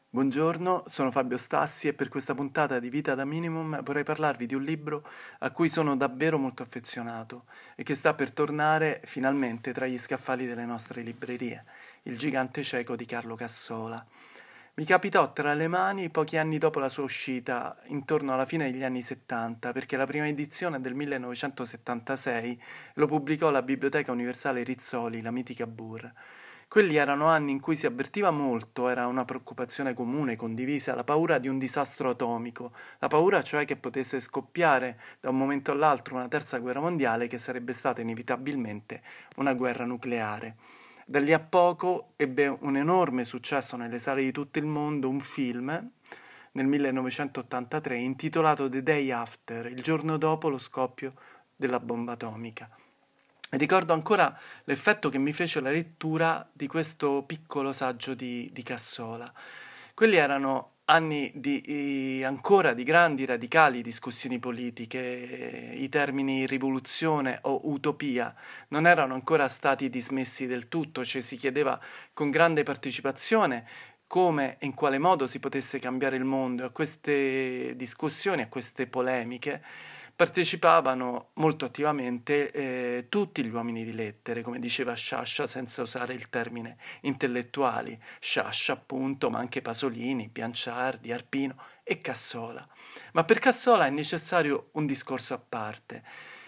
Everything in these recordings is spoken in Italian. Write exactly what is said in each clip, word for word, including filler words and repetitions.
Buongiorno, sono Fabio Stassi e per questa puntata di Vita da Minimum vorrei parlarvi di un libro a cui sono davvero molto affezionato e che sta per tornare finalmente tra gli scaffali delle nostre librerie, Il gigante cieco di Carlo Cassola. Mi capitò tra le mani pochi anni dopo la sua uscita, intorno alla fine degli anni settanta, perché la prima edizione del millenovecentosettantasei lo pubblicò la Biblioteca Universale Rizzoli, la mitica Burr. Quelli erano anni in cui si avvertiva molto, era una preoccupazione comune, condivisa, la paura di un disastro atomico, la paura cioè che potesse scoppiare da un momento all'altro una terza guerra mondiale che sarebbe stata inevitabilmente una guerra nucleare. Da lì a poco ebbe un enorme successo nelle sale di tutto il mondo un film nel millenovecentottantatré intitolato The Day After, il giorno dopo lo scoppio della bomba atomica. Ricordo ancora l'effetto che mi fece la lettura di questo piccolo saggio di, di Cassola. Quelli erano anni di, ancora di grandi radicali discussioni politiche, i termini rivoluzione o utopia non erano ancora stati dismessi del tutto, ci si chiedeva con grande partecipazione come e in quale modo si potesse cambiare il mondo. A queste discussioni, a queste polemiche, partecipavano molto attivamente eh, tutti gli uomini di lettere, come diceva Sciascia, senza usare il termine intellettuali, Sciascia appunto, ma anche Pasolini, Bianciardi, Arpino e Cassola. Ma per Cassola è necessario un discorso a parte.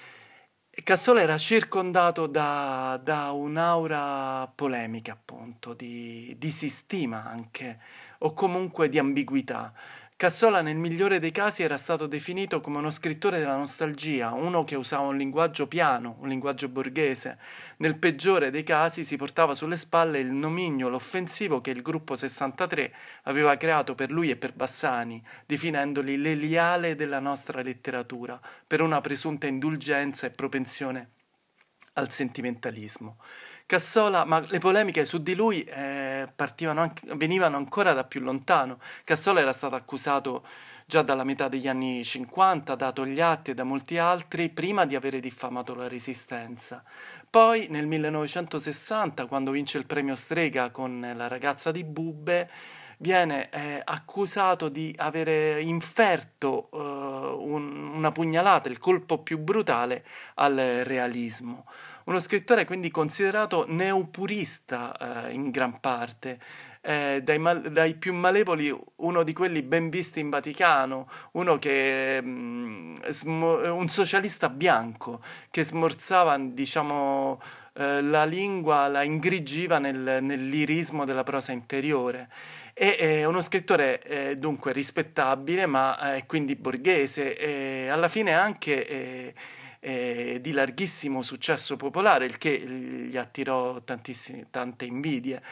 Cassola era circondato da, da un'aura polemica, appunto, di, di sistema anche, o comunque di ambiguità. Cassola nel migliore dei casi era stato definito come uno scrittore della nostalgia, uno che usava un linguaggio piano, un linguaggio borghese. Nel peggiore dei casi si portava sulle spalle il nomignolo offensivo che il gruppo sessantatré aveva creato per lui e per Bassani, definendoli l'Eliale della nostra letteratura, per una presunta indulgenza e propensione al sentimentalismo. Cassola, ma le polemiche su di lui eh, partivano anche, venivano ancora da più lontano. Cassola era stato accusato già dalla metà degli anni cinquanta, da Togliatti e da molti altri, prima di avere diffamato la Resistenza. Poi nel millenovecentosessanta, quando vince il premio Strega con La ragazza di Bubbe, viene eh, accusato di avere inferto eh, un, una pugnalata, il colpo più brutale al realismo. Uno scrittore quindi considerato neopurista eh, in gran parte, eh, dai, mal- dai più malevoli uno di quelli ben visti in Vaticano, uno che mh, smo- un socialista bianco che smorzava, diciamo, eh, la lingua, la ingrigiva nel, nell'irismo della prosa interiore. È, è uno scrittore eh, dunque rispettabile, ma eh, quindi borghese, e alla fine anche eh, eh, di larghissimo successo popolare, il che gli attirò tantissime, tante invidie,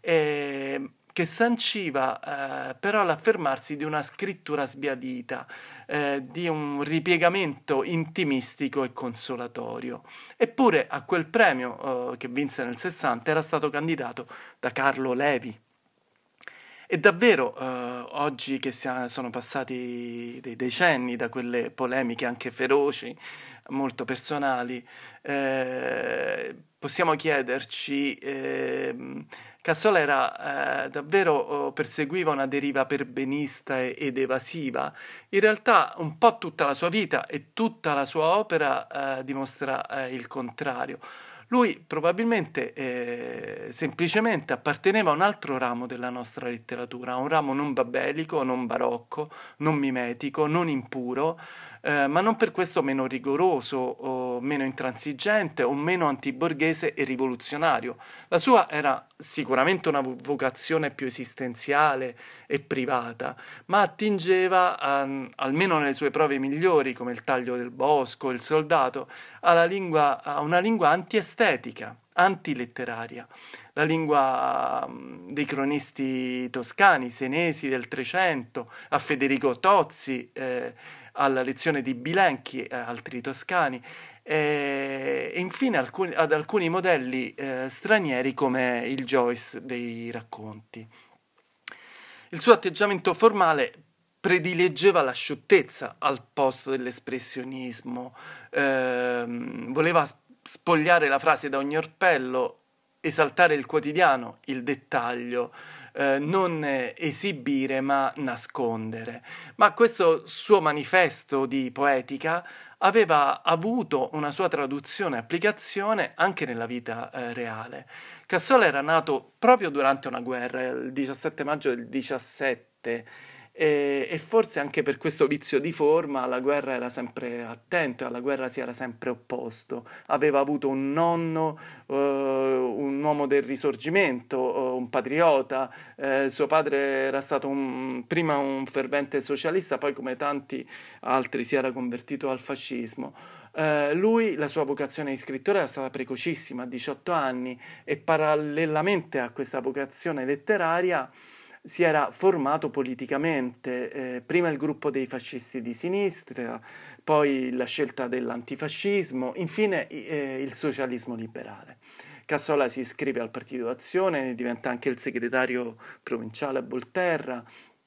eh, che sanciva eh, però l'affermarsi di una scrittura sbiadita, eh, di un ripiegamento intimistico e consolatorio. Eppure a quel premio eh, che vinse nel sessanta era stato candidato da Carlo Levi. E davvero, eh, oggi che sia- sono passati dei decenni da quelle polemiche anche feroci, molto personali, eh, possiamo chiederci, ehm, Cassola era eh, davvero oh, perseguiva una deriva perbenista e- ed evasiva. In realtà un po' tutta la sua vita e tutta la sua opera eh, dimostra eh, il contrario. Lui probabilmente eh, semplicemente apparteneva a un altro ramo della nostra letteratura, a un ramo non babelico, non barocco, non mimetico, non impuro, eh, ma non per questo meno rigoroso o meno intransigente o meno antiborghese e rivoluzionario. La sua era sicuramente una vocazione più esistenziale e privata, ma attingeva, a, almeno nelle sue prove migliori, come il taglio del bosco, il soldato, alla lingua, a una lingua antiestetica, antiletteraria, la lingua mm, dei cronisti toscani, senesi del Trecento, a Federico Tozzi, eh, alla lezione di Bilenchi e altri toscani, e infine alcuni, ad alcuni modelli eh, stranieri come il Joyce dei racconti. Il suo atteggiamento formale predileggeva l'asciuttezza al posto dell'espressionismo, ehm, voleva spogliare la frase da ogni orpello, esaltare il quotidiano, il dettaglio, eh, non esibire ma nascondere. Ma questo suo manifesto di poetica aveva avuto una sua traduzione e applicazione anche nella vita eh, reale. Cassola era nato proprio durante una guerra, il diciassette maggio del diciassette, e, e forse anche per questo vizio di forma alla guerra era sempre attento e alla guerra si era sempre opposto. Aveva avuto un nonno, eh, un uomo del risorgimento, eh, un patriota. Eh, suo padre era stato un, prima un fervente socialista, poi come tanti altri si era convertito al fascismo. Uh, lui, la sua vocazione di scrittore era stata precocissima, a diciotto anni, e parallelamente a questa vocazione letteraria si era formato politicamente, eh, prima il gruppo dei fascisti di sinistra, poi la scelta dell'antifascismo, infine eh, il socialismo liberale. Cassola si iscrive al Partito d'Azione, diventa anche il segretario provinciale a Volterra,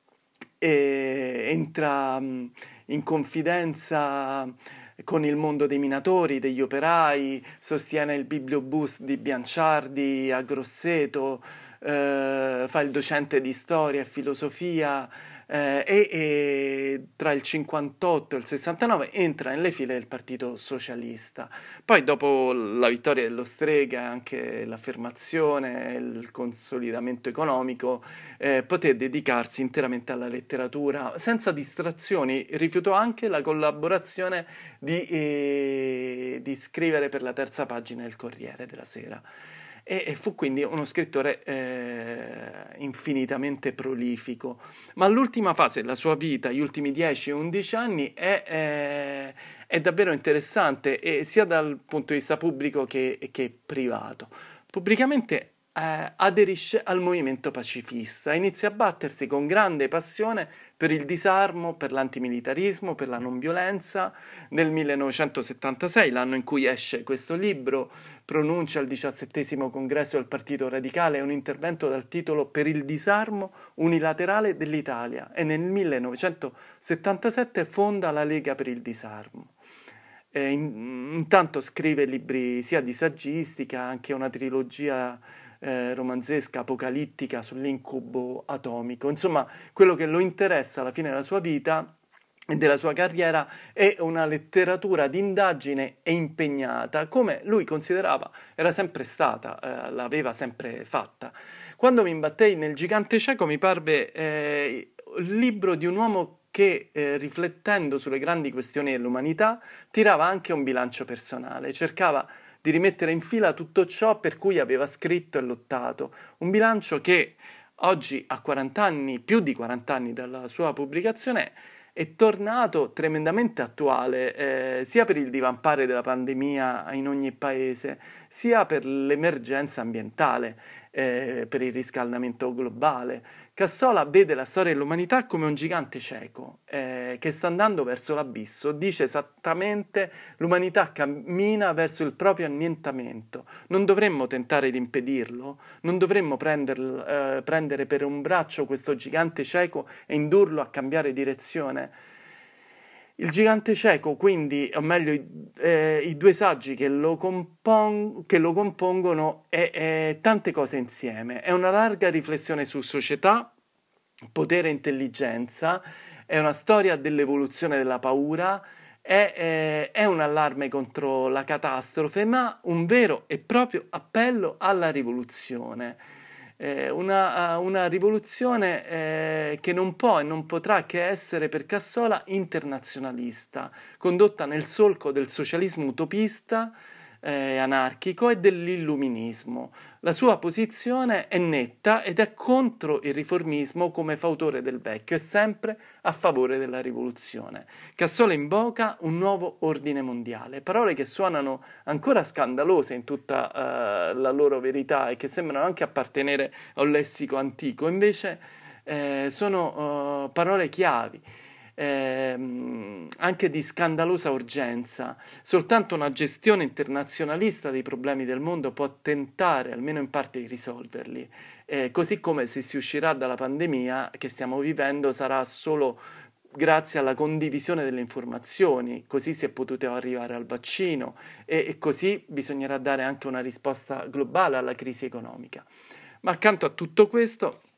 e entra mh, in confidenza con il mondo dei minatori, degli operai, sostiene il bibliobus di Bianciardi a Grosseto, eh, fa il docente di storia e filosofia eh, e, e tra il cinquantotto e il sessantanove entra nelle file del Partito Socialista. Poi dopo la vittoria dello Strega, anche l'affermazione, il consolidamento economico, eh, poté dedicarsi interamente alla letteratura senza distrazioni. Rifiutò anche la collaborazione di, eh, di scrivere per la terza pagina del Corriere della Sera. E, e fu quindi uno scrittore eh, infinitamente prolifico. Ma l'ultima fase della sua vita, gli ultimi dieci undici anni, è, è, è davvero interessante, e sia dal punto di vista pubblico che, che privato. Pubblicamente eh, aderisce al movimento pacifista, inizia a battersi con grande passione per il disarmo, per l'antimilitarismo, per la non violenza. Nel millenovecentosettantasei, l'anno in cui esce questo libro, pronuncia al diciassettesimo congresso del Partito Radicale un intervento dal titolo "Per il disarmo unilaterale dell'Italia", e nel millenovecentosettantasette fonda la Lega per il disarmo. E in, intanto scrive libri sia di saggistica, anche una trilogia eh, romanzesca apocalittica sull'incubo atomico. Insomma, quello che lo interessa alla fine della sua vita e della sua carriera è una letteratura di indagine e impegnata, come lui considerava era sempre stata, eh, l'aveva sempre fatta. Quando mi imbattei nel Gigante cieco mi parve eh, il libro di un uomo che, eh, riflettendo sulle grandi questioni dell'umanità, tirava anche un bilancio personale, cercava di rimettere in fila tutto ciò per cui aveva scritto e lottato, un bilancio che oggi, a quaranta anni, più di quaranta anni dalla sua pubblicazione, è tornato tremendamente attuale, eh, sia per il divampare della pandemia in ogni paese, sia per l'emergenza ambientale, eh, per il riscaldamento globale. Cassola vede la storia dell'umanità come un gigante cieco eh, che sta andando verso l'abisso. Dice esattamente: l'umanità cammina verso il proprio annientamento. Non dovremmo tentare di impedirlo, non dovremmo prender, eh, prendere per un braccio questo gigante cieco e indurlo a cambiare direzione. Il Gigante cieco, quindi, o meglio, i, eh, i due saggi che lo, compon- che lo compongono, è, è tante cose insieme. È una larga riflessione su società, potere e intelligenza, è una storia dell'evoluzione della paura, è, è, è un allarme contro la catastrofe, ma un vero e proprio appello alla rivoluzione. Eh, una, una rivoluzione eh, che non può e non potrà che essere per Cassola internazionalista, condotta nel solco del socialismo utopista, eh, anarchico e dell'illuminismo. La sua posizione è netta ed è contro il riformismo come fautore del vecchio, e sempre a favore della rivoluzione. Cassola invoca un nuovo ordine mondiale, parole che suonano ancora scandalose in tutta uh, la loro verità e che sembrano anche appartenere a un lessico antico, invece eh, sono uh, parole chiavi. Eh, anche di scandalosa urgenza. Soltanto una gestione internazionalista dei problemi del mondo può tentare, almeno in parte, di risolverli. Eh, così come, se si uscirà dalla pandemia che stiamo vivendo, sarà solo grazie alla condivisione delle informazioni. Così si è potuto arrivare al vaccino e, e così bisognerà dare anche una risposta globale alla crisi economica. Ma accanto a tutto questo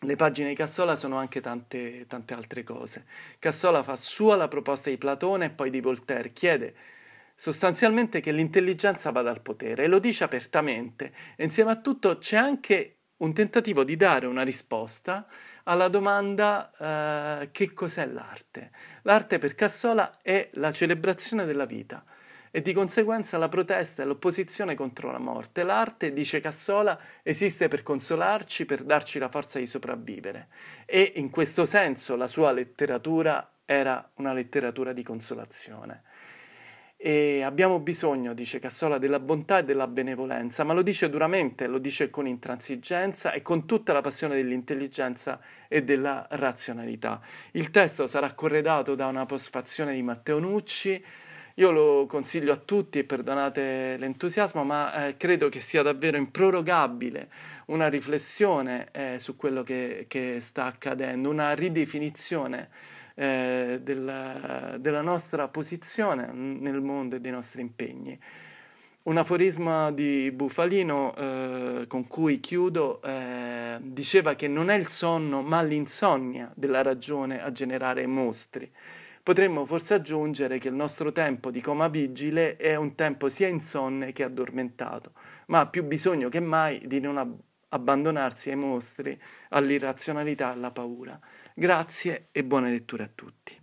le pagine di Cassola sono anche tante, tante altre cose. Cassola fa sua la proposta di Platone e poi di Voltaire, chiede sostanzialmente che l'intelligenza vada al potere e lo dice apertamente. E insieme a tutto c'è anche un tentativo di dare una risposta alla domanda eh, che cos'è l'arte. L'arte per Cassola è la celebrazione della vita e di conseguenza la protesta e l'opposizione contro la morte. L'arte, dice Cassola, esiste per consolarci, per darci la forza di sopravvivere e in questo senso la sua letteratura era una letteratura di consolazione. E abbiamo bisogno, dice Cassola, della bontà e della benevolenza, ma lo dice duramente, lo dice con intransigenza e con tutta la passione dell'intelligenza e della razionalità. Il testo sarà corredato da una postfazione di Matteo Nucci. Io lo consiglio a tutti e perdonate l'entusiasmo, ma eh, credo che sia davvero improrogabile una riflessione eh, su quello che, che sta accadendo, una ridefinizione eh, della, della nostra posizione nel mondo e dei nostri impegni. Un aforisma di Bufalino eh, con cui chiudo eh, diceva che non è il sonno ma l'insonnia della ragione a generare mostri. Potremmo forse aggiungere che il nostro tempo di coma vigile è un tempo sia insonne che addormentato, ma ha più bisogno che mai di non ab- abbandonarsi ai mostri, all'irrazionalità e alla paura. Grazie e buone letture a tutti.